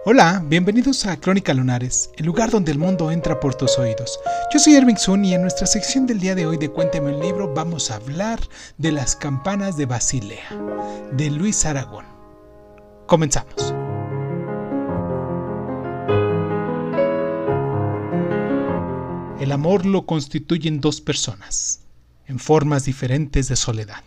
Hola, bienvenidos a Crónica Lunares, el lugar donde el mundo entra por tus oídos. Yo soy Ervin Sun y en nuestra sección del día de hoy de Cuéntame un libro vamos a hablar de Las campanas de Basilea, de Luis Aragón. Comenzamos. El amor lo constituyen dos personas, en formas diferentes de soledad.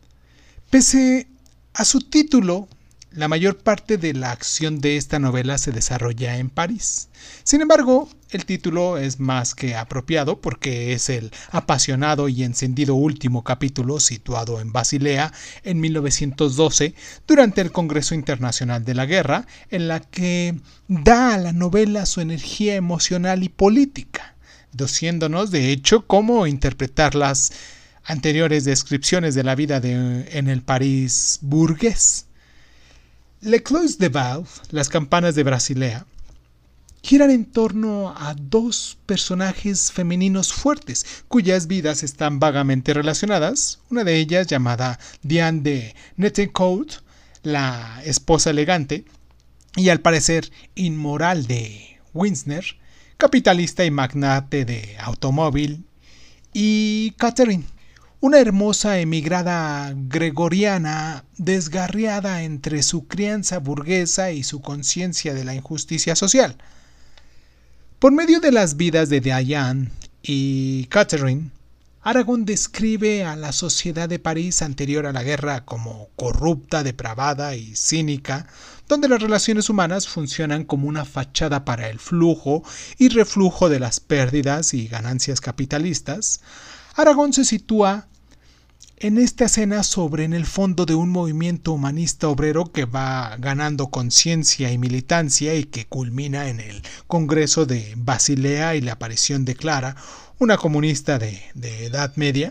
Pese a su título, la mayor parte de la acción de esta novela se desarrolla en París. Sin embargo, el título es más que apropiado porque es el apasionado y encendido último capítulo situado en Basilea en 1912 durante el Congreso Internacional de la Guerra, en la que da a la novela su energía emocional y política, diciéndonos de hecho cómo interpretar las anteriores descripciones de la vida en el París burgués. Les Cloches de Balve, Las campanas de Basilea, giran en torno a dos personajes femeninos fuertes, cuyas vidas están vagamente relacionadas. Una de ellas, llamada Diane de Nettencourt, la esposa elegante y al parecer inmoral de Winsner, capitalista y magnate de automóvil, y Catherine, una hermosa emigrada gregoriana desgarriada entre su crianza burguesa y su conciencia de la injusticia social. Por medio de las vidas de Diane y Catherine, Aragón describe a la sociedad de París anterior a la guerra como corrupta, depravada y cínica, donde las relaciones humanas funcionan como una fachada para el flujo y reflujo de las pérdidas y ganancias capitalistas. Aragón se sitúa en esta escena en el fondo de un movimiento humanista obrero que va ganando conciencia y militancia y que culmina en el Congreso de Basilea y la aparición de Clara, una comunista de edad media.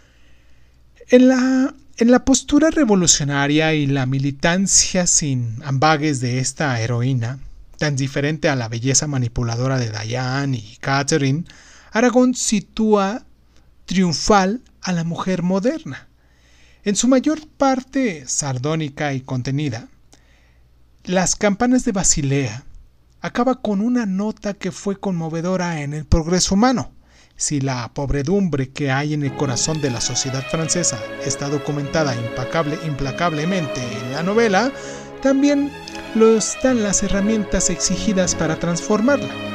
En la postura revolucionaria y la militancia sin ambages de esta heroína, tan diferente a la belleza manipuladora de Diane y Catherine, Aragón sitúa triunfal a la mujer moderna. En su mayor parte sardónica y contenida, Las campanas de Basilea acaba con una nota que fue conmovedora en el progreso humano. Si la pobredumbre que hay en el corazón de la sociedad francesa está documentada implacablemente en la novela, también lo están las herramientas exigidas para transformarla.